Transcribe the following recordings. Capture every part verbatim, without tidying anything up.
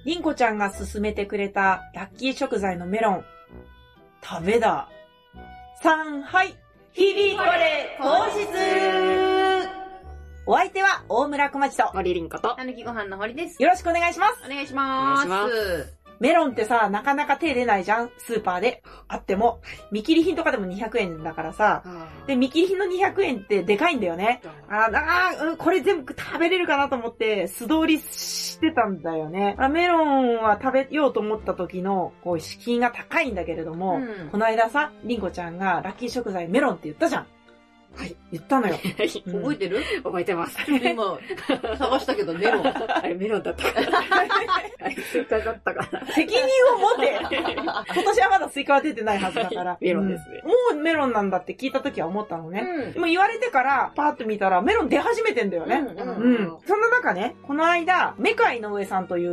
りんこちゃんが勧めてくれたラッキー食材のメロン。食べだ。さん、はい。日々これ、糖質。お相手は、大村小町と、 森りんこと、 たぬきご飯の堀です。 よろしくお願いします。 お願いします。お願いします。 メロンってさ、なかなか手出ないじゃん、スーパーで。あっても。見切り品とかでもにひゃくえんだからさ。で、見切り品のにひゃくえんってでかいんだよね。あー、うん、これ全部食べれるかなと思って、素通りしてたんだよね。メロンは食べようと思った時の、こう、敷居が高いんだけれども、うん、この間さ、りんこちゃんがラッキー食材メロンって言ったじゃん。はい。言ったのよ。 覚えてる？ 覚えてます。 今、探したけどメロン。 あれメロンだったかな。あれスイカだったかな。 責任を持て今年はまだスイカは出てないはずだから。 メロンですね、 うん。もうメロンなんだって聞いた時は思ったのね。うん、でも言われてから、パーッと見たらメロン出始めてんだよね。うん。うんうん、そんな中ね、この間、メカ井上さんという、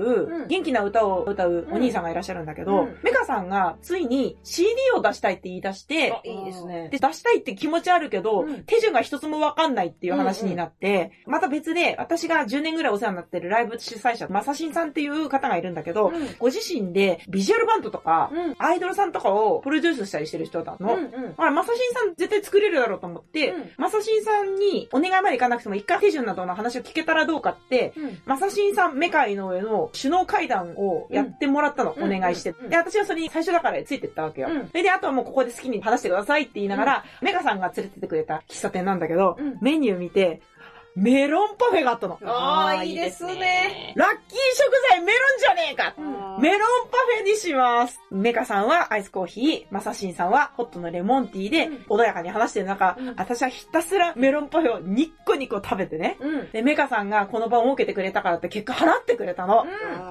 元気な歌を歌うお兄さんがいらっしゃるんだけど、うん、メカさんがついに シーディー を出したいって言い出して、 いいですね。 で、出したいって気持ちあるけど、手順が一つもわかんないっていう話になって、うんうん、また別で私がじゅうねんぐらいお世話になってるライブ主催者、まさしんさんっていう方がいるんだけど、うん、ご自身でビジュアルバンドとか、うん、アイドルさんとかをプロデュースしたりしてる人だの。うんうん、まあ、まさしんさん絶対作れるだろうと思って、うん、まさしんさんにお願いまでいかなくても一回手順などの話を聞けたらどうかって、うん、まさしんさんメカイの上の首脳会談をやってもらったの、うん、お願いして、うんうん。で、私はそれに最初だからついてったわけよ。うん、それで、あとはもうここで好きに話してくださいって言いながら、うん、メカさんが連れてってくれた喫茶店なんだけど、うん、メニュー見て、メロンパフェがあったの。 ああ、いいですね。 ラッキー食材メロンじゃねえか、うん、メロンパフェにします。メカさんはアイスコーヒー、マサシンさんはホットのレモンティーで、穏やかに話してる中、うん、私はひたすらメロンパフェをニッコニコ食べてね。うん、で、メカさんがこの場を設けてくれたからって結果払ってくれたの。うん、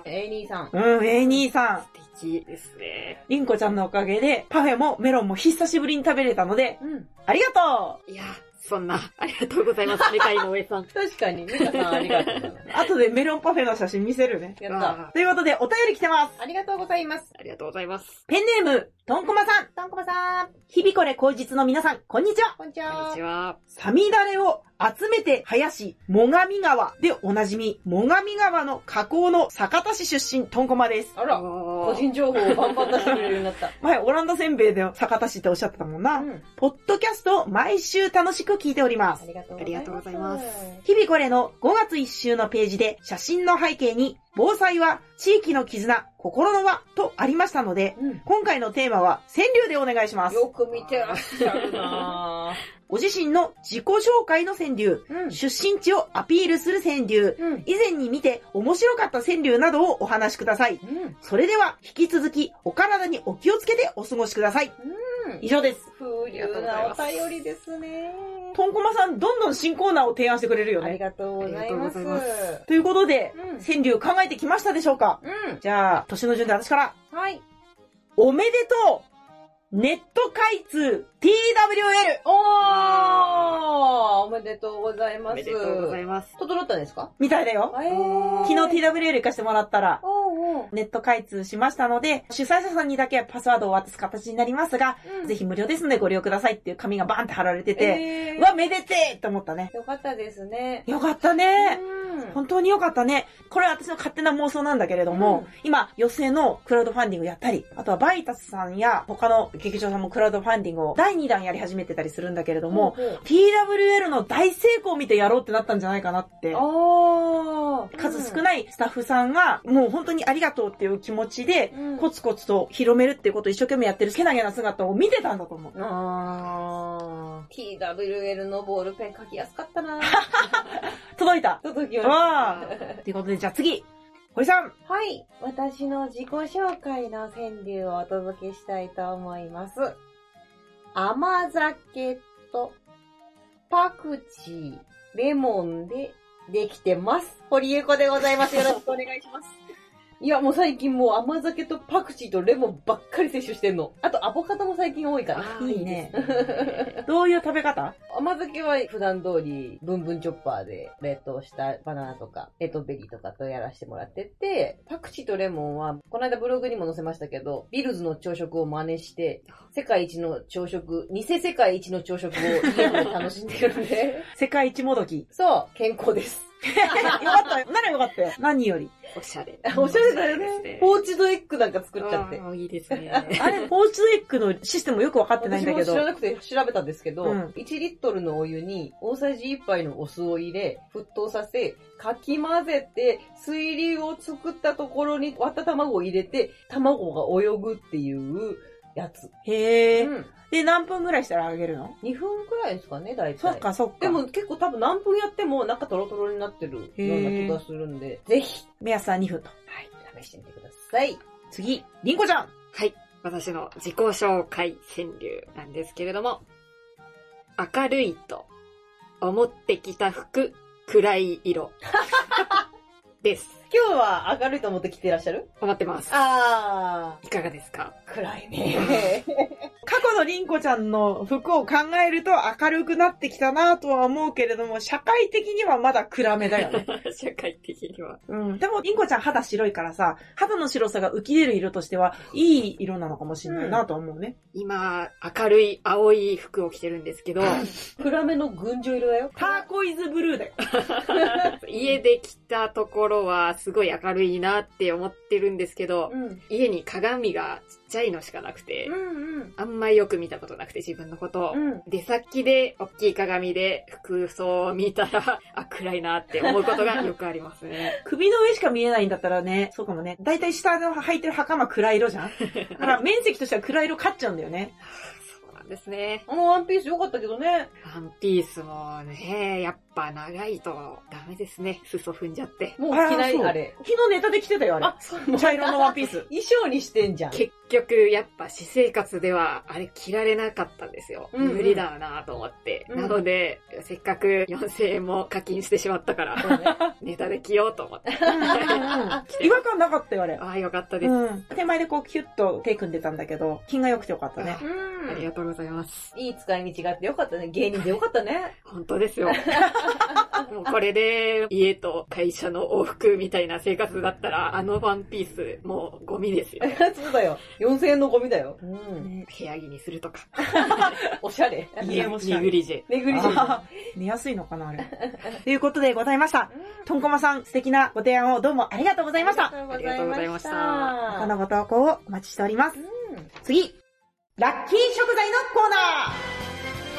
エーにーさん。 うん、エーにーさん。 素敵ですね。 リンコちゃんのおかげで、パフェもメロンも久しぶりに食べれたので、うん、ありがとう。いやそんな、ありがとうございます。メカ井上さん。 確かに、メカさんありがとう。 後でメロンパフェの写真見せるね。 やった。 ということで、お便り来てます。 ありがとうございます。 ありがとうございます。 ペンネーム、トンコマさん。 トンコマさん。 日々これ口実の皆さん、こんにちは。 こんにちは。 こんにちは。 サミダレを集めて生やし、最上川でおなじみ、最上川の河口の酒田市出身、トンコマです。 あら、個人情報をバンバン出してくれるようになった。 前、オランダせんべいで酒田市っておっしゃってたもんな。うん、ポッドキャストを毎週楽しく聞いております。 ありがとうございます。 日々これのごがついっ週のページで写真の背景に、防災は地域の絆、心の輪とありましたので、うん、今回のテーマは川柳でお願いします。 よく見てらっしゃるなぁ。 ご自身の自己紹介の川柳、うん、出身地をアピールする川柳、うん、以前に見て面白かった川柳などをお話しください。うん、それでは引き続きお体にお気をつけてお過ごしください。うん、以上です。 風流なお便りですね。 トンコマさん、どんどん新コーナーを提案してくれるよね。 ありがとうございます。ますということで、うん、川柳考えてきましたでしょうか？うん、じゃあ、年の順で私から。 はい。 おめでとうネット開通 ティーダブリューエル! おーおめでとうございます。 おめでとうございます。 整ったんですか？ みたいだよ。 えー、 昨日 ティーダブリューエル 行かせてもらったら、ネット開通しましたので、主催者さんにだけパスワードを渡す形になりますが、うん、ぜひ無料ですのでご利用くださいっていう紙がバーンって貼られてて、えー、うわ、めでてーって思ったね。 よかったですね。 よかったね。うん、本当によかったね。これは私の勝手な妄想なんだけれども、うん、今、予選のクラウドファンディングやったり、あとはバイタスさんや他の劇場さんもクラウドファンディングをだいにだんやり始めてたりするんだけれども、うんうん、ティーダブリューエル の大成功を見てやろうってなったんじゃないかなって。 あー、 数少ないスタッフさんが、もう本当にありがとうっていう気持ちで、コツコツと広めるっていうことを一生懸命やってるけなげな姿を見てたんだと思う。 あー、ティーダブリューエル のボールペン書きやすかったな届いた。 届きました。 ということで、じゃあ次。堀さん。 はい。私の自己紹介の川柳をお届けしたいと思います。甘酒とパクチー、レモンでできてます。堀ゆう子でございます。よろしくお願いします。いや、もう最近もう甘酒とパクチーとレモンばっかり摂取してんの。あとアボカドも最近多いから。 いいね。どういう食べ方？ 甘酒は普段通り、ブンブンチョッパーで冷凍したバナナとか、レッドベリーとかとやらせてもらってて、パクチーとレモンは、この間ブログにも載せましたけど、ビルズの朝食を真似して、世界一の朝食、偽世界一の朝食を家で楽しんでるんで。 世界一もどき。 そう、健康です。 よかったよ。ならよかったよ。何より。 おしゃれ。 おしゃれだよね。ポーチドエッグなんか作っちゃって。 あいいですね。 あれ、ポーチドエッグのシステムよくわかってないんだけど。 私も知らなくて調べたんですけど、 うん、 いちリットルのお湯に大さじいっぱいのお酢を入れ、沸騰させ、かき混ぜて、水流を作ったところに割った卵を入れて、卵が泳ぐっていうやつ。 へー。 うん、で、 何分ぐらいしたら揚げるの ?に分くらいですかね、大体。 そっかそっか。 でも結構多分何分やってもなんかトロトロになってるような気がするんで、ぜひ。 目安はにふんと。 はい、試してみてください。 次、りんこちゃん。 はい。私の自己紹介川柳なんですけれども、明るいと思ってきた服、暗い色。です。 今日は明るいと思って来てらっしゃる？ 思ってます。 あー。いかがですか？ 暗いね。 過去のりんこちゃんの服を考えると明るくなってきたなとは思うけれども、社会的にはまだ暗めだよね。 社会的には。 うん。でもりんこちゃん肌白いからさ、肌の白さが浮き出る色としては、いい色なのかもしれないなと思うね。 うん、今、明るい青い服を着てるんですけど、 暗めの群青色だよ。 ターコイズブルーだよ。 家で着たところはすごい明るいなって思ってるんですけど、 うん、 家に鏡がちっちゃいのしかなくて、 うんうん、 あんまりよく見たことなくて自分のことを、うん、出先で大きい鏡で服装を見たら、あ、暗いなって思うことがよくありますね。 首の上しか見えないんだったらね、そうかもね。だいたい下の履いてる袴暗い色じゃん。だから面積としては暗い色勝っちゃうんだよね。 ですね。 あのワンピース良かったけどね。 ワンピースもね、やっぱ長いとダメですね。裾踏んじゃって。 もう着ないあれ。 日のネタで着てたよ、あれ。あ、そう茶色のワンピース。 衣装にしてんじゃん。 結局、やっぱ私生活ではあれ着られなかったんですよ。うんうん、無理だなと思って。うん、なので、せっかくよんせんえんも課金してしまったから、ね、ネタで着ようと思って。 違和感なかったよ、あれ。 ああ、よかったです。 うん、手前でこうキュッと手組んでたんだけど、品が良くてよかったね。 うん、ありがとうございます。 いい使い道があってよかったね。芸人でよかったね。 本当ですよ。もうこれで家と会社の往復みたいな生活だったら、あのワンピースもうゴミですよ。 そうだよ。よんせんえんのゴミだよ。うん、 部屋着にするとか。 おしゃれ。 家もネグリジェ。 ネグリジェ。 寝やすいのかな、あれ。ということでございました。とんこまさん、素敵なご提案をどうもありがとうございました。 ありがとうございました。 他のご投稿をお待ちしております。うん、次、ラッキー食材のコーナー。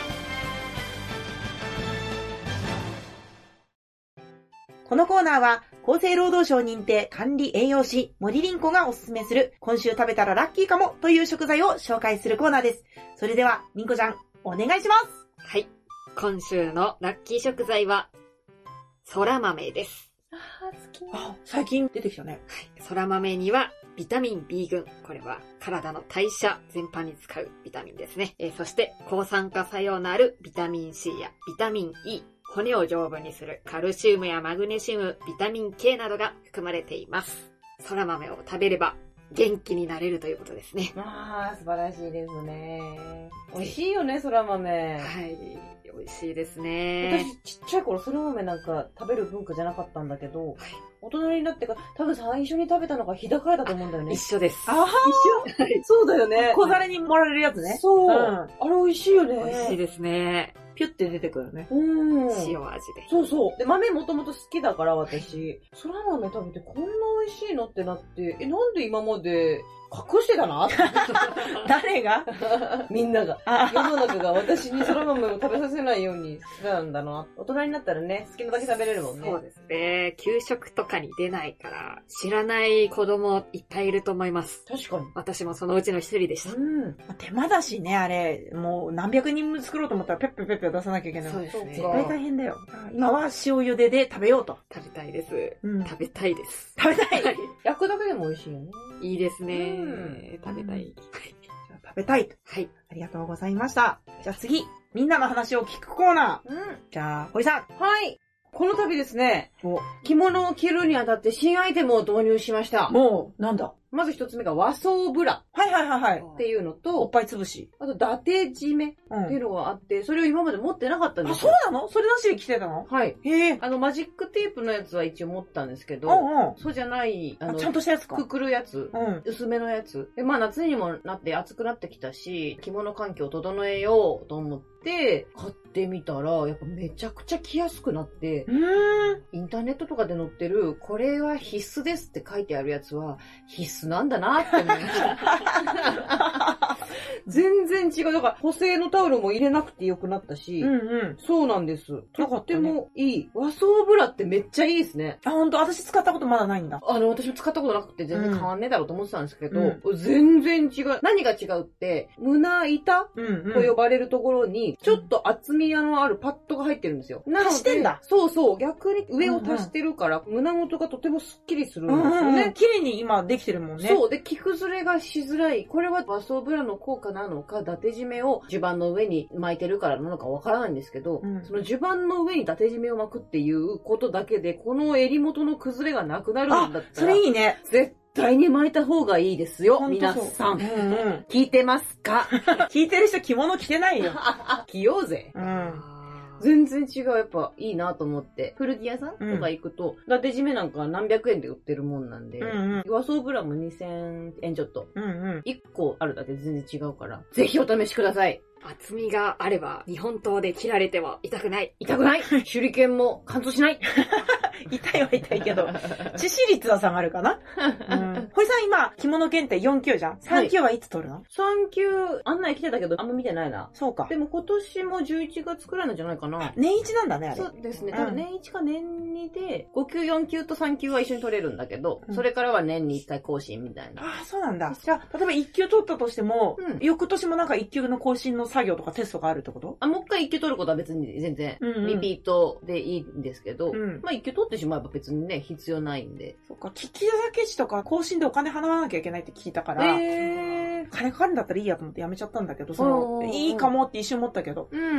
このコーナーは、厚生労働省認定管理栄養士、森凛子がおすすめする、今週食べたらラッキーかもという食材を紹介するコーナーです。それでは、凛子ちゃん、お願いします。 はい。今週のラッキー食材は、空豆です。 あー、好き。 あ、最近出てきたね。 はい。空豆には、ビタミン B 群。これは体の代謝全般に使うビタミンですね。えー、そして、抗酸化作用のあるビタミン C やビタミン E。骨を丈夫にするカルシウムやマグネシウム、ビタミン K などが含まれています。空豆を食べれば元気になれるということですね。 ああ、素晴らしいですね。美味しいよね、空豆。 はい、美味しいですね。 私、ちっちゃい頃空豆なんか食べる文化じゃなかったんだけど、はい、大人になってから、多分最初に食べたのが日高屋だと思うんだよね。 一緒です。 ああ、 一緒そうだよね。 小皿に盛られるやつね。 そう。うん、あれ美味しいよね。 美味しいですね。 ピュって出てくるね。 うん。 塩味で。 そうそう。で、豆もともと好きだから私、空豆食べてこんな美味しいのってなって、え、なんで今まで隠してたな誰がみんなが。世の中が私に空豆を食べさせないようにしてたんだな。大人になったらね、好きなだけ食べれるもんね。 そうですね。給食とかに出ないから、知らない子供いっぱいいると思います。 確かに。 私もそのうちの一人でした。 うん。手間だしね、あれ。もう何百人分作ろうと思ったらペッペペッペ出さなきゃいけない。 そうですね。 絶対大変だよ。今は塩茹でで食べようと。 食べたいです。うん、食べたいです。 食べたい焼くだけでも美味しいよね。 いいですね。うん、食べたい。 じゃあ食べたい。 はい。 ありがとうございました。じゃあ次、みんなの話を聞くコーナー。うん。じゃあ、堀さん。 はい。この度ですね、着物を着るにあたって新アイテムを導入しました。 もう、なんだまず一つ目が和装ブラ。 はいはいはいはい。 っていうのと、 おっぱいつぶし。 あと、伊達締めっていうのがあって、うん、それを今まで持ってなかったんですよ。 あ、そうなのそれなしで着てたのはい。 へえ。 あの、マジックテープのやつは一応持ったんですけど、 うんうん、 そうじゃない、 あの、ちゃんとしたやつか。 くくるやつ、うん、薄めのやつ。で、まあ夏にもなって暑くなってきたし、着物環境を整えようと思って、買ってみたら、やっぱめちゃくちゃ着やすくなって、 うーん。 インターネットとかで載ってる、これは必須ですって書いてあるやつは、必須なんだなって思いました。全然違う。だから、補正のタオルも入れなくてよくなったし、 うんうん。 そうなんです。とよかったねってもいい。和装ブラってめっちゃいいですね。 あ、ほんと、私使ったことまだないんだ。 あの、私も使ったことなくて全然変わんねえだろうと思ってたんですけど、 う全然違う。何が違うって、胸板うんうん。 と呼ばれるところに、ちょっと厚みのあるパッドが入ってるんですよ。なので足してんだ。 そうそう。逆に上を足してるから、胸元がとてもスッキリするんですよね。 うんうん。綺麗に今できてるもんね。 そう。で、着崩れがしづらい。これは和装ブラの効果なのか、伊達締めを襦袢の上に巻いてるからなのかわからないんですけど、うん、その襦袢の上に伊達締めを巻くっていうことだけで、この襟元の崩れがなくなるんだったら、 それいいね。 絶対に巻いた方がいいですよ、皆さん。 うんうん、 聞いてますか？ 聞いてる人着物着てないよ。 着ようぜ。 うん全然違う。やっぱいいなと思って。古着屋さんとか行くと、伊達締めなんか何百円で売ってるもんなんで、うんうん、和装ブラもにせんえんちょっと。うんうん、いっこあるだけで全然違うから、ぜひお試しください。 厚みがあれば、日本刀で切られても痛くない。 痛くない手裏剣も貫通しない痛いは痛いけど、致死率は下がるかな。うん。堀さん今、着物検定よん級じゃん。さん級はいつ取るの？はい、 さん級、案内来てたけど、あんま見てないな。 そうか。 でも今年もじゅういちがつくらいなんじゃないかな。 年一なんだね、あれ。 そうですね。多分年いちか年にで、ご級、よん級とさん級は一緒に取れるんだけど、うん、それからは年にいっかい更新みたいな。 ああ、そうなんだ。じゃあ、例えばいっ級取ったとしても、うん、翌年もなんかいっ級の更新の作業とかテストがあるってこと？ あ、もう一回いっ級取ることは別に全然、うんうん、リピートでいいんですけど、うん、まあいっ級取ってしまえば別にね、必要ないんで。 そっか、聞き酒地とか更新でお金払わなきゃいけないって聞いたから、えー、金かかるんだったらいいやと思ってやめちゃったんだけど、その、いいかもって一瞬思ったけど、うん。うん。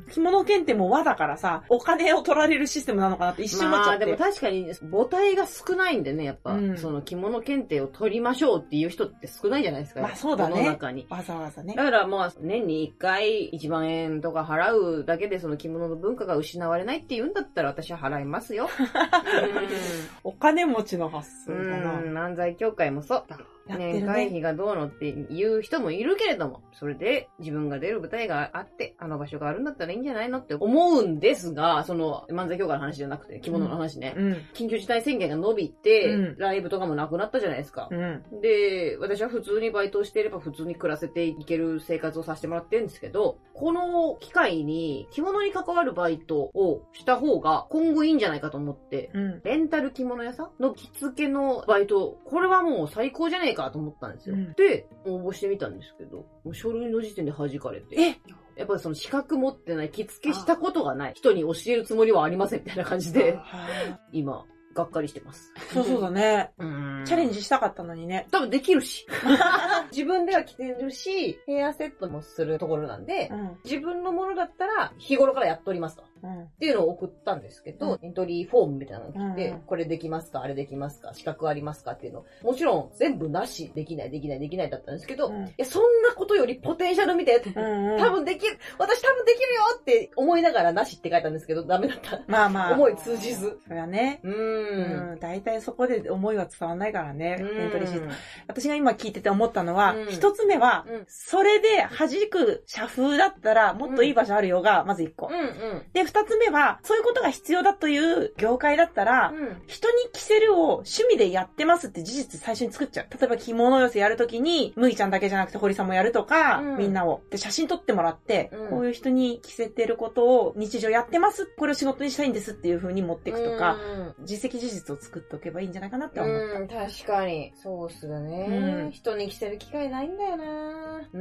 着物検定も和だからさ、お金を取られるシステムなのかなって一瞬思っちゃって。 まあでも確かに母体が少ないんでね、やっぱ、うん、その着物検定を取りましょうっていう人って少ないじゃないですか。 まあそうだね。 世の中に。 わざわざね。 だからまあ年にいっかいいちまんえんとか払うだけでその着物の文化が失われないって言うんだったら私は払いますよ。 お金持ちの発想だな。 うん、漫才協会もそう。年会費がどうのって言う人もいるけれども、それで自分が出る舞台があって、あの場所があるんだったらいいんじゃないのって思うんですが、その漫才協会の話じゃなくて、着物の話ね。うん、緊急事態宣言が伸びて、うん、ライブとかもなくなったじゃないですか。うん、で、私は普通にバイトをしていれば普通に暮らせていける生活をさせてもらってるんですけど、この機会に着物に関わるバイトをした方が今後いいんじゃないかと思って、うん、レンタル着物屋さんの着付けのバイト、これはもう最高じゃねえかと思ったんですよ。うん、で、応募してみたんですけど、もう書類の時点で弾かれて。 えやっぱりその資格持ってない、着付けしたことがない人に教えるつもりはありませんみたいな感じで、今、がっかりしてます。 そうそうだね。うんチャレンジしたかったのにね。 多分できるし。自分では着てるし、ヘアセットもするところなんで、うん、自分のものだったら日頃からやっておりますと。うん、っていうのを送ったんですけど、うん、エントリーフォームみたいなのが来て、うん、これできますかあれできますか資格ありますかっていうの。もちろん全部なし、できない、できない、できないだったんですけど、うん、いや、そんなことよりポテンシャル見て、うんうん、多分できる、私多分できるよって思いながらなしって書いたんですけど、ダメだった。 まあまあ。 思い通じず。 それはね。うん。うん。大体そこで思いは伝わらないからね。エントリーシート。私が今聞いてて思ったのは、一、うん、つ目は、うん、それで弾く社風だったらもっといい場所あるよが、まず一個。うんうん、で、二つ目は、そういうことが必要だという業界だったら、うん、人に着せるを趣味でやってますって事実最初に作っちゃう。例えば着物寄せやるときに、むいちゃんだけじゃなくて堀さんもやるとか、うん、みんなを。で、写真撮ってもらって、うん、こういう人に着せてることを日常やってます。これを仕事にしたいんですっていう風に持っていくとか、うん、実績事実を作っておけばいいんじゃないかなって思った。 うん、確かに。そうっすよね、うん。人に着せる機会ないんだよなうん。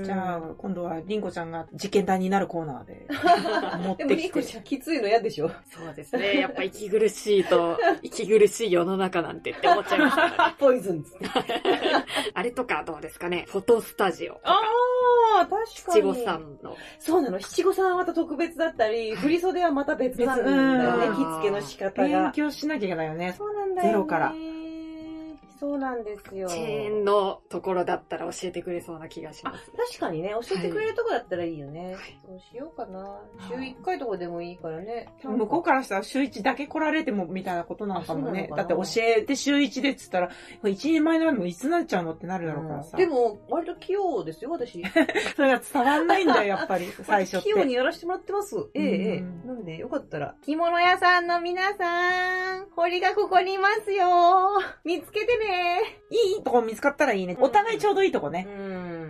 じゃあ、今度はりんこちゃんが実験台になるコーナーで持ってきて。 でもりんこちゃんきついの嫌でしょそうですね。やっぱ息苦しいと、息苦しい世の中なんてって思っちゃいました、ね。 ポイズンズ。 あれとかどうですかね。フォトスタジオ。 ああ、確かに。 七五三の。 そうなの。七五三はまた特別だったり、振り袖はまた別なんだよね。着付けの仕方が。 勉強しなきゃいけないよね。 そうなんだよね。 ゼロから。 そうなんですよ。 チェーンのところだったら教えてくれそうな気がします。 確かにね、教えてくれるとこだったらいいよね。 はい、 そうしようかな。週いっかいとかでもいいからね。 向こうからしたら週いちだけ来られてもみたいなことなのかもね。だって教えて週いちでっつったら、いちねんまえののいつになっちゃうのってなるだろうからさ。 でも、割と器用ですよ、私。 それが伝わんないんだよ、やっぱり、最初って。 器用にやらせてもらってます。ええ、ええ。なんで、よかったら。着物屋さんの皆さん、堀がここにいますよ。見つけてね。 いいとこ見つかったらいいね。お互いちょうどいいとこね。 うん。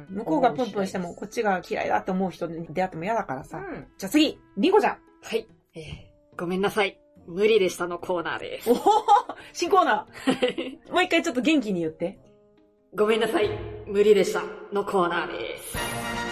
向こうがプンプンしても、こっちが嫌いだって思う人に出会っても嫌だからさ。 うん、 じゃあ次、りんごちゃん。 はい。えー、ごめんなさい。無理でしたのコーナーです。 おほほ新コーナー。もう一回ちょっと元気に言って。 ごめんなさい。無理でしたのコーナーです。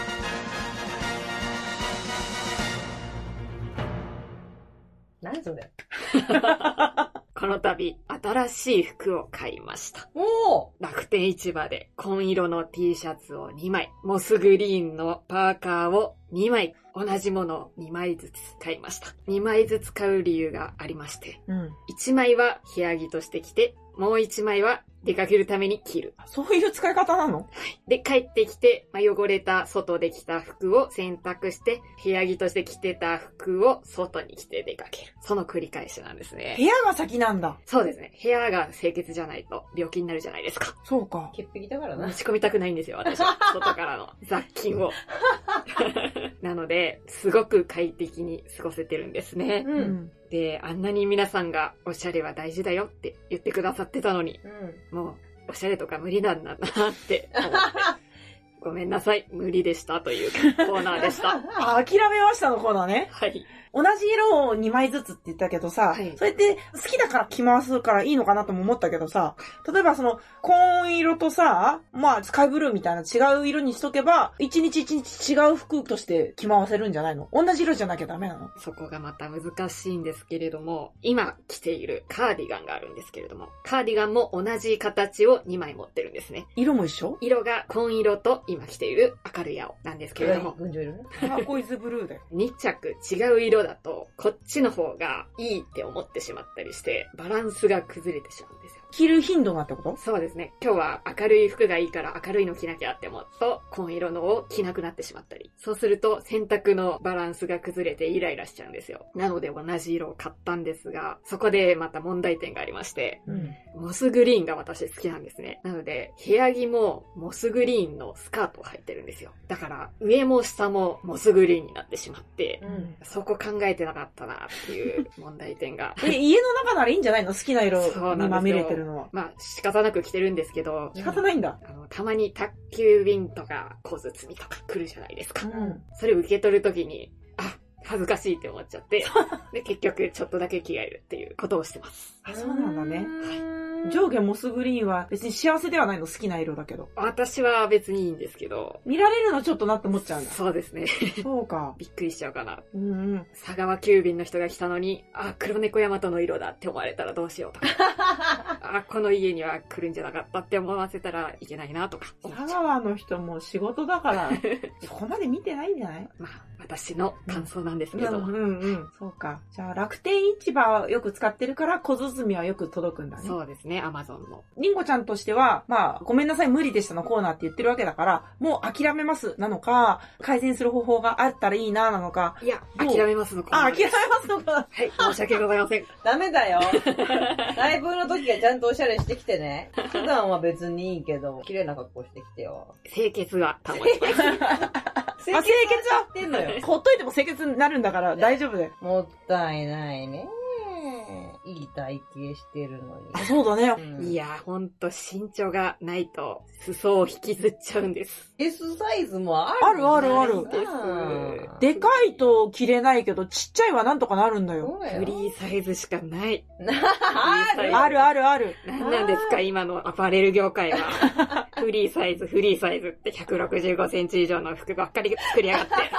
何それこの度、新しい服を買いました。 おー楽天市場で紺色の T シャツをにまい、モスグリーンのパーカーをにまい、同じものをにまいずつ買いました。にまいずつ買う理由がありまして、 うん、 いちまいは部屋着として着て、もういちまいは出かけるために着る。 そういう使い方なの？ で、帰ってきて、まあ、汚れた外で着た服を洗濯して、部屋着として着てた服を外に着て出かける。その繰り返しなんですね。 部屋が先なんだ。 そうですね。部屋が清潔じゃないと病気になるじゃないですか。 そうか。 潔癖だからな。 持ち込みたくないんですよ、私は。外からの雑菌を。なので、すごく快適に過ごせてるんですね。 うん。 で、あんなに皆さんがおしゃれは大事だよって言ってくださってたのに、 うん、 もう、おしゃれとか無理なんだなって思って。ごめんなさい、無理でしたというコーナーでした。 あ、諦めましたのコーナーね。 はい。 同じ色をにまいずつって言ったけどさ、 はい、 それって好きだから着回すからいいのかなとも思ったけどさ、例えばその、紺色とさ、まあ、スカイブルーみたいな違う色にしとけば、一日一日違う服として着回せるんじゃないの？同じ色じゃなきゃダメなの？ そこがまた難しいんですけれども、今着ているカーディガンがあるんですけれども、カーディガンも同じ形をにまい持ってるんですね。 色も一緒？ 色が紺色と今着ている明るい青なんですけれども、 群青色ね。 ターコイズブルーだよ。 に着違う色だと、こっちの方がいいって思ってしまったりして、バランスが崩れてしまうんですよ。 着る頻度がってこと？ そうですね。今日は明るい服がいいから明るいの着なきゃって思うと、紺色のを着なくなってしまったり。そうすると洗濯のバランスが崩れてイライラしちゃうんですよ。なので同じ色を買ったんですが、そこでまた問題点がありまして、 うん、 モスグリーンが私好きなんですね。なので、部屋着もモスグリーンのスカートを履いてるんですよ。だから上も下もモスグリーンになってしまって、うん、そこ考えてなかったなっていう問題点が。 え、家の中ならいいんじゃないの？好きな色にまみれてるのは。 まあ仕方なく着てるんですけど。 仕方ないんだ。 あの、たまに宅急便とか小包みとか来るじゃないですか。 うん、 それ受け取るときに、あ、恥ずかしいって思っちゃって、で、結局ちょっとだけ着替えるっていうことをしてます。 あ、そうなんだね。はい。上下モスグリーンは別に幸せではないの？好きな色だけど。 私は別にいいんですけど。 見られるのちょっとなって思っちゃうんだ。 そうですね。 そうか。 びっくりしちゃうかな。 うんうん。 佐川急便の人が来たのに、あ、黒猫ヤマトの色だって思われたらどうしようとか。あ、この家には来るんじゃなかったって思わせたらいけないなとか。 佐川の人も仕事だから、そこまで見てないんじゃない？ まあ、私の感想なんですけど。 うんうんうん。そうか。じゃあ楽天市場をよく使ってるから小包はよく届くんだね。 そうですね、アマゾンの。 りんごちゃんとしては、まあ、ごめんなさい無理でしたのコーナーって言ってるわけだから、もう諦めますなのか、改善する方法があったらいいななのか。 いや、諦めますのコーナー。 あ、諦めますのコーナー。 はい、申し訳ございません。 ダメだよ。ライブの時はちゃんとおしゃれしてきてね。普段は別にいいけど、綺麗な格好してきてよ。 清潔は保ちます。 清潔はってんのよ。 ほっといても清潔になるんだから大丈夫だよ。 もったいないね。いい体型してるのに。 そうだね。 うん、いや、ほんと身長がないと裾を引きずっちゃうんです。 S サイズもあるあるあるある。でかいと着れないけど、ちっちゃいはなんとかなるんだよ。 フリーサイズしかない。 あるあるある。 何なんですか今のアパレル業界は。フリーサイズ、フリーサイズってひゃくろくじゅうごセンチ以上の服ばっかり作りやがって。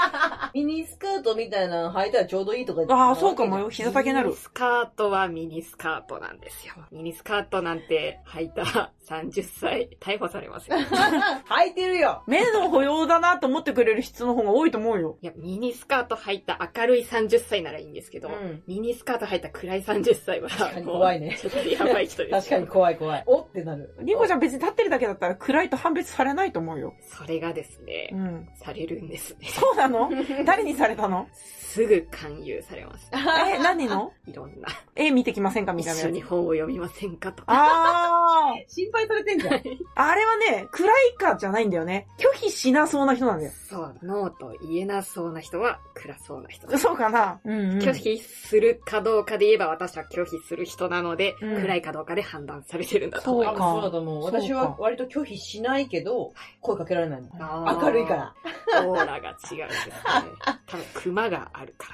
ミニスカートみたいなの履いたらちょうどいいとか。 ああ、そうかもよ。膝丈になる。 ミニスカートはミニスカートなんですよ。ミニスカートなんて履いたらさんじゅっさい逮捕されますよ。 履いてるよ。 目の保養だなと思ってくれる人の方が多いと思うよ。 いや、ミニスカート履いた明るいさんじゅっさいならいいんですけど、うん、ミニスカート履いた暗いさんじゅっさいは、 確かに怖いね。 ちょっとやばい人です。 確かに怖い怖い。おってなる。 リコちゃん別に立ってるだけだったら暗いと判別されないと思うよ。 それがですね、うん、されるんですね。 そうなの？誰にされたの？ すぐ勧誘されます。 え、何の？ いろんな。 絵見てきませんかみたいな。 一緒に本を読みませんかとか。 あー。 心配されてんじゃん。 あれはね、暗いかじゃないんだよね。拒否しなそうな人なんだよ。 そう、ノーと言えなそうな人は暗そうな人。 そうかな、うんうん、 拒否するかどうかで言えば私は拒否する人なので、うん、暗いかどうかで判断されてるんだと思います。 そうか。そうだと思う。私は割と拒否しないけど、声かけられないもん。明るいから。 オーラが違うんですね。多分、クマがあるから。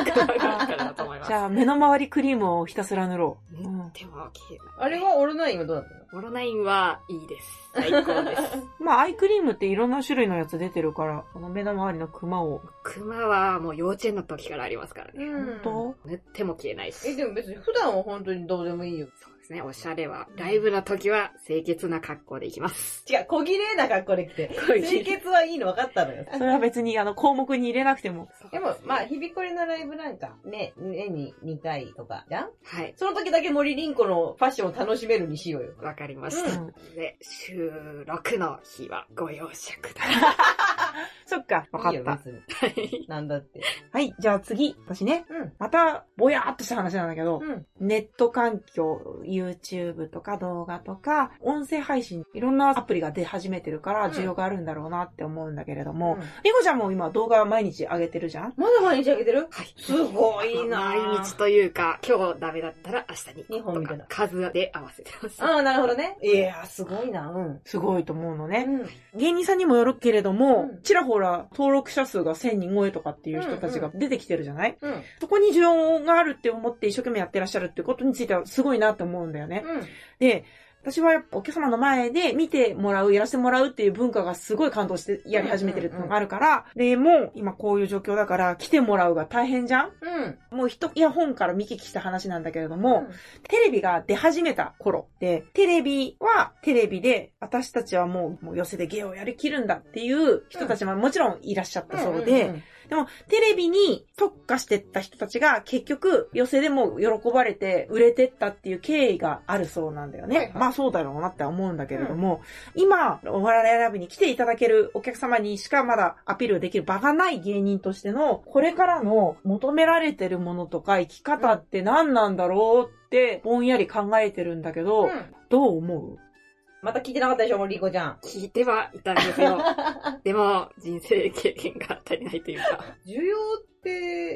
クマがあるからだと思います。 じゃあ、目の周りクリームをひたすら塗ろう。 塗っても消えない。 あれはオロナインはどうだったの？ オロナインはいいです。最高です。 まあ、アイクリームっていろんな種類のやつ出てるから、この目の周りのクマを。 クマはもう幼稚園の時からありますからね。 本当？ 塗っても消えないし。 え、でも別に普段は本当にどうでもいいよ。 そうですね。おしゃれは、ライブの時は清潔な格好で行きます。 違う、小綺麗な格好で来て。清潔はいいの分かったのよ。 それは別にあの項目に入れなくても。 でも、まあ、日々これのライブなんか、ね、年ににかいとか、じゃん？ はい。 その時だけ森凛子のファッションを楽しめるにしようよ。 わかりました。うん、で、収録の日はご容赦ください。 そっか、わかった。いいよ、 別に。なんだって。 はい、じゃあ次、私ね。うん。また、ぼやーっとした話なんだけど、うん、ネット環境、YouTube とか動画とか、音声配信、いろんなアプリが出始めてるから、需要があるんだろうなって思うんだけれども、うん、リコちゃんも今動画毎日上げてるじゃん？ まだ毎日上げてる？ はい。 すごいなぁ。毎日というか、今日ダメだったら明日に。 にほんみたいな。 数で合わせてます。 ああ、なるほどね。いやー、すごいな。うん。 すごいと思うのね。うん、芸人さんにもよるけれども、うん、ちらほら登録者数がせんにん超えとかっていう人たちが出てきてるじゃない？うんうん、そこに需要があるって思って一生懸命やってらっしゃるってことについてはすごいなって思うんだよね。うん、で、私はやっぱお客様の前で見てもらう、やらせてもらうっていう文化がすごい感動してやり始めてるっていうのがあるから、うんうんうん、で、もう今こういう状況だから来てもらうが大変じゃん？うん。もう一イヤホンから見聞きした話なんだけれども、うん、テレビが出始めた頃って、テレビはテレビで私たちはもう、もう寄せで芸をやりきるんだっていう人たちももちろんいらっしゃったそうで、うんうんうんうん、でも、テレビに特化してった人たちが結局、寄せでも喜ばれて売れてったっていう経緯があるそうなんだよね。はいはい、まあそうだろうなって思うんだけれども、うん、今、お笑いライブに来ていただけるお客様にしかまだアピールできる場がない芸人としての、これからの求められてるものとか生き方って何なんだろうって、ぼんやり考えてるんだけど、うん、どう思う？ また聞いてなかったでしょ、もうリコちゃん。 聞いてはいたんですよ。でも、人生経験が足りないというか。 需要って、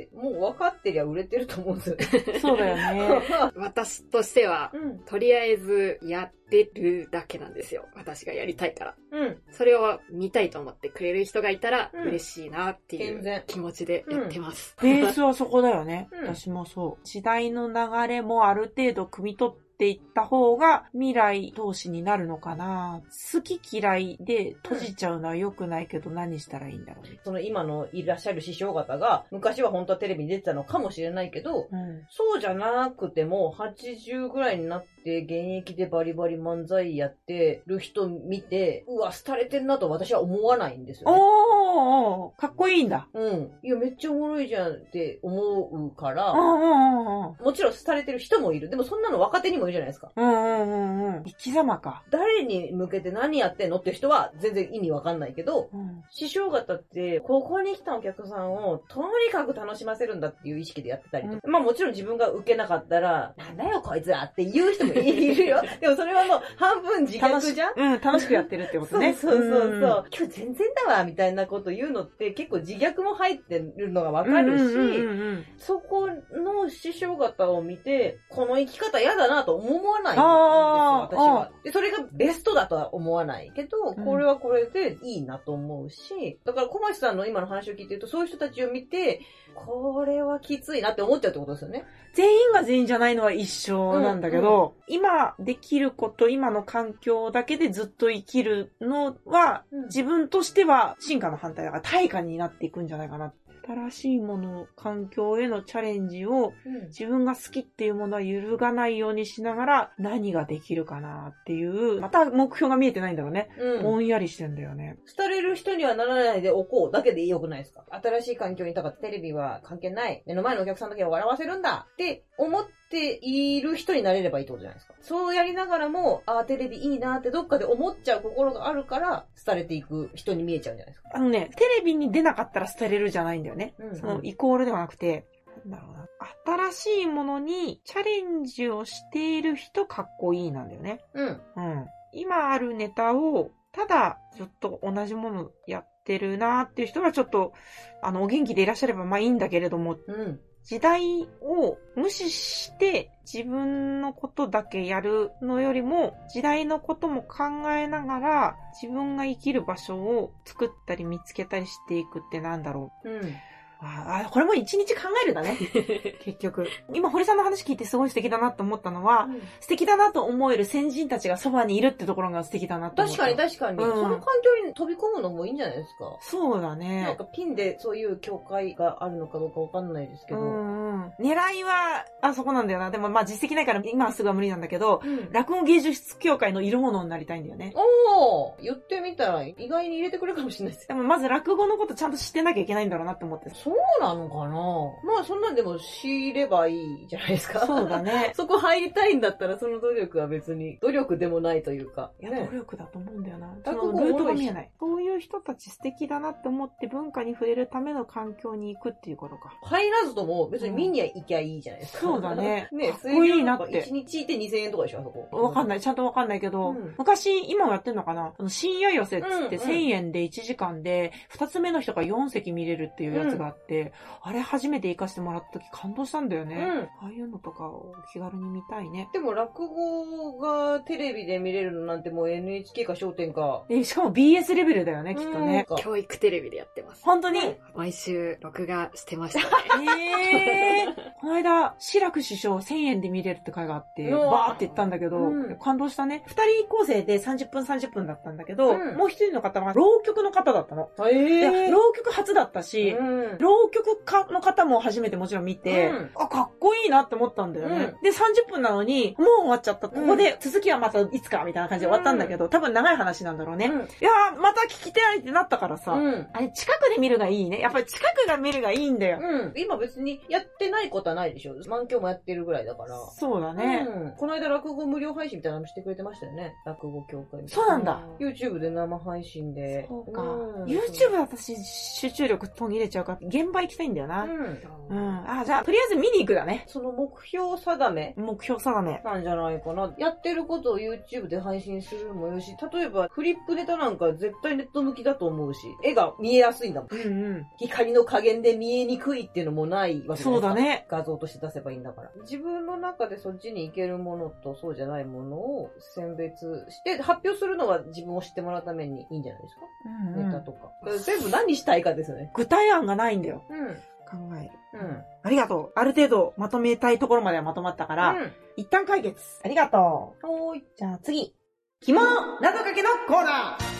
もう分かってりゃ売れてると思うんですよ。 そうだよね。 私としては、うん、とりあえずやってるだけなんですよ。私がやりたいから。うん。それを見たいと思ってくれる人がいたら、うん、嬉しいなっていう気持ちでやってます。 うん、ベースはそこだよね。うん、私もそう。時代の流れもある程度汲み取って、っていった方が未来投資になるのかな。好き嫌いで閉じちゃうのは良くないけど、何したらいいんだろうね。 その今のいらっしゃる師匠方が昔は本当はテレビに出てたのかもしれないけど、うん、そうじゃなくてもはちじゅうぐらいになって現役でバリバリ漫才やってる人見て、うわ、廃れてんなと私は思わないんですよね。 おー、かっこいいんだ。 うん。いや、めっちゃおもろいじゃんって思うから、もちろん廃れてる人もいる。でもそんなの若手にもいるじゃないですか。 うんうんうんうん。生き様か。 誰に向けて何やってんのって人は全然意味わかんないけど、うん、師匠方ってここに来たお客さんをとにかく楽しませるんだっていう意識でやってたりとか、うん、まあもちろん自分が受けなかったら、なんだよこいつらって言う人もいるよ。でもそれはもう半分自覚じゃん？ うん、楽しくやってるってことね。 そうそうそうそう。うん、今日全然だわみたいなこと言うのって結構自虐も入ってるのがわかるし、うんうんうんうん、そこの師匠方を見て、この生き方嫌だなと思わないんですよ、私は。で、それがベストだとは思わないけど、これはこれでいいなと思うし、だから小町さんの今の話を聞いてると、そういう人たちを見て、これはきついなって思っちゃうってことですよね。 全員が全員じゃないのは一緒なんだけど、うんうん、今できること、今の環境だけでずっと生きるのは、うん、自分としては進化の反対だから対価になっていくんじゃないかな。 新しいもの、環境へのチャレンジを、 うん、 自分が好きっていうものは揺るがないようにしながら、何ができるかなっていう、また目標が見えてないんだろうね。うん、ぼんやりしてんだよね。 廃れる人にはならないでおこうだけでよくないですか？新しい環境にいたからテレビは関係ない。目の前のお客さんだけを笑わせるんだって思っている人になれればいいってことじゃないですか。そうやりながらも、ああ、テレビいいなってどっかで思っちゃう心があるから、廃れていく人に見えちゃうんじゃないですか。 あのね、テレビに出なかったら廃れるじゃないんだよね。うんうん、そのイコールではなくて、なんだろうな。新しいものにチャレンジをしている人かっこいいなんだよね。 うん。 うん。今あるネタを、ただずっと同じものやってるなーっていう人はちょっと、あの、お元気でいらっしゃればまあいいんだけれども、 うん。 時代を無視して自分のことだけやるのよりも、時代のことも考えながら自分が生きる場所を作ったり見つけたりしていくってなんだろう。 うん。 ああ、これも一日考えるだね。結局。今、堀さんの話聞いてすごい素敵だなと思ったのは、うん、素敵だなと思える先人たちがそばにいるってところが素敵だなと思った。 確かに確かに、うん。その環境に飛び込むのもいいんじゃないですか。 そうだね。 なんかピンでそういう境界があるのかどうかわかんないですけど。 うんうん、狙いは、あそこなんだよな。でもまあ実績ないから今はすぐは無理なんだけど、うん、落語芸術協会の色物になりたいんだよね。 おー、言ってみたら意外に入れてくれるかもしれないです。 でもまず落語のことちゃんと知ってなきゃいけないんだろうなって思って。 そうなのかな。まあそんなんでも知ればいいじゃないですか。 そうだね。 そこ入りたいんだったらその努力は別に努力でもないというか。 いや、ね、努力だと思うんだよな。落語ルートが見えない。そういう人たち素敵だなって思って文化に触れるための環境に行くっていうことか。 入らずとも別に見に行きゃいいじゃないですか。 うん、そうだね。 ね、 かっこいいなって。 いちにちいてにせんえんとかでしょ、あそこ。 わかんない。ちゃんとわかんないけど、うん、昔、今もやってんのかな、深夜寄せっつってせんえんでいちじかんでふたつめの人がよん席見れるっていうやつがあって、うん、あれ初めて行かせてもらった時感動したんだよね。うん、ああいうのとかを気軽に見たいね。 でも落語がテレビで見れるのなんてもう エヌエイチケー か笑点か。 え、しかも ビーエス レベルだよね、きっとね。 教育テレビでやってます。 本当に、うん、 毎週録画してましたね。えー、この間、志らく師匠せんえんで見れるって回があって、バーって言ったんだけど、うん、感動したね。二人構成でさんじゅっぷんさんじゅっぷんだったんだけど、うん、もう一人の方は浪曲の方だったの。 えー、 浪曲初だったし、うん、浪曲家の方も初めてもちろん見て、うん、あ、かっこいいなって思ったんだよね。うん、で、さんじゅっぷんなのに、もう終わっちゃった。ここで続きはまたいつかみたいな感じで終わったんだけど、うん、多分長い話なんだろうね。うん、いやー、また聞きたいってなったからさ、うん、あれ近くで見るがいいね。やっぱり近くが見るがいいんだよ。 うん。今別にやってないことはないでしょ。満響もやってるぐらいだから。 そうだね。 うん。この間落語無料配信みたいなのしてくれてましたよね。落語協会みたいな。 そうなんだ。 YouTube で生配信で。 そうか。うん、YouTube は私集中力途切れちゃうから、現場行きたいんだよな。うん。うん。あ、じゃあ、とりあえず見に行くだね。 その目標定め目標定め。 なんじゃないかな。やってることを YouTube で配信するのもよし、例えばフリップネタなんか絶対ネット向きだと思うし、絵が見えやすいんだもん。うんうん。光の加減で見えにくいっていうのもないわけじゃないですか。 そうだね。 画像として出せばいいんだから。自分の中でそっちに行けるものとそうじゃないものを選別して発表するのは自分を知ってもらうためにいいんじゃないですか。うんうん、ネタとか。全部何したいかですよね。 具体案がないんだよ。うん。考える。うん。ありがとう。ある程度まとめたいところまではまとまったから、うん、一旦解決。ありがとう。 おーい。 じゃあ次。着物謎かけのコーナー。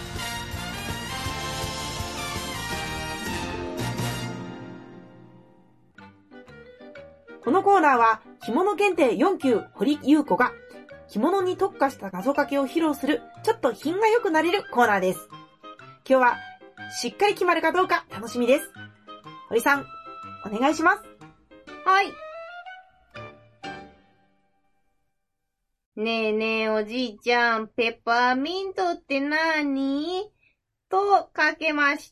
このコーナーは着物検定よん級堀優子が着物に特化した謎かけを披露するちょっと品が良くなれるコーナーです。今日はしっかり決まるかどうか楽しみです。堀さん、お願いします。 はい。ねえねえおじいちゃん、ペッパーミントって何？とかけまして、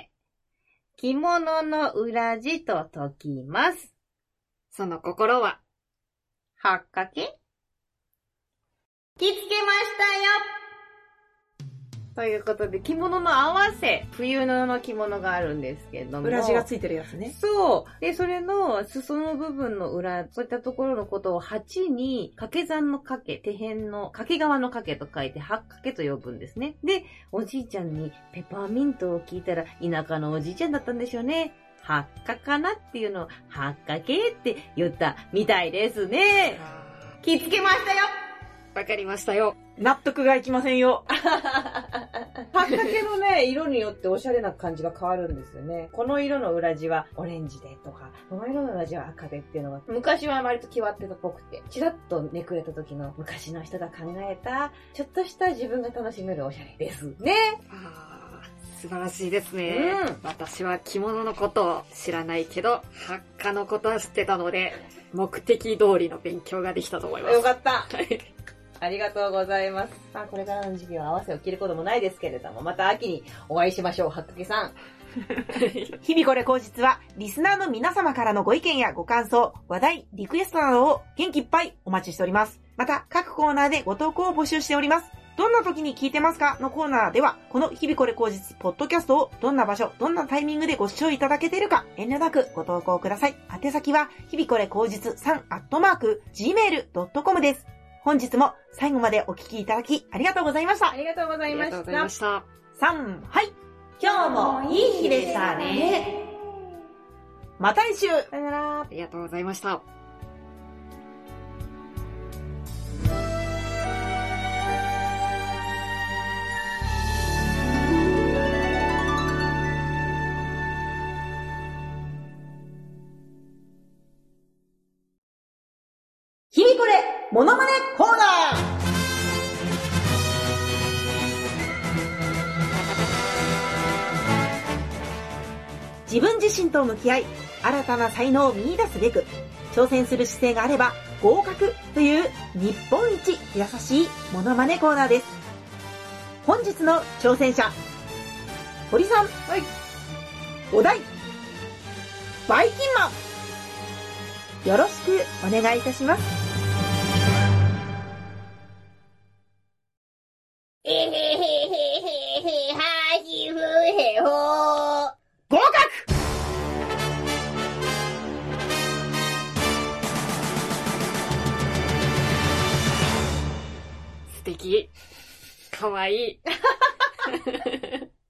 着物の裏地と解きます。 その心は、 はっかけ？着付けましたよ！ということで、着物の合わせ、冬の着物があるんですけども。 裏地がついてるやつね。 そう。で、それの裾の部分の裏、そういったところのことを鉢に掛け算の掛け、手辺の掛け側の掛けと書いて、はっかけと呼ぶんですね。で、おじいちゃんにペパーミントを聞いたら、田舎のおじいちゃんだったんでしょうね。はっかかなっていうのを、はっかけって言ったみたいですね。着付けましたよ。 わかりましたよ。 納得がいきませんよ。 はっかけのね、色によっておしゃれな感じが変わるんですよね。この色の裏地はオレンジでとか、この色の裏地は赤でっていうのが、昔は割と決まってたっぽくて、チラッとめくれた時の昔の人が考えた、ちょっとした自分が楽しめるおしゃれですね。 あー、素晴らしいですね。 うん、 私は着物のことを知らないけど、ハッカのことは知ってたので、目的通りの勉強ができたと思います。 よかった。 はい。 ありがとうございます。まあ、これからの時期は合わせを着ることもないですけれども、また秋にお会いしましょう、はっかけさん。 日々これ口実は、リスナーの皆様からのご意見やご感想、話題、リクエストなどを元気いっぱいお待ちしております。また、各コーナーでご投稿を募集しております。どんな時に聞いてますかのコーナーでは、この日々これ口実ポッドキャストをどんな場所、どんなタイミングでご視聴いただけているか、遠慮なくご投稿ください。宛先は、日々これ口実さんアットマーク、ジーメールドットコム です。本日も最後までお聞きいただきありがとうございました。 ありがとうございました。 ありがとうございました。 さん、はい。 今日もいい日でしたね。 また来週。 さよなら。 ありがとうございました。 日々これ、モノマネコーナー。自分自身と向き合い、新たな才能を見出すべく、挑戦する姿勢があれば合格という日本一優しいモノマネコーナーです。本日の挑戦者、堀さん。はい。お題、バイキンマン。よろしくお願いいたします。 えへへへへへ、はじふへほー。 合格。 素敵。かわいい。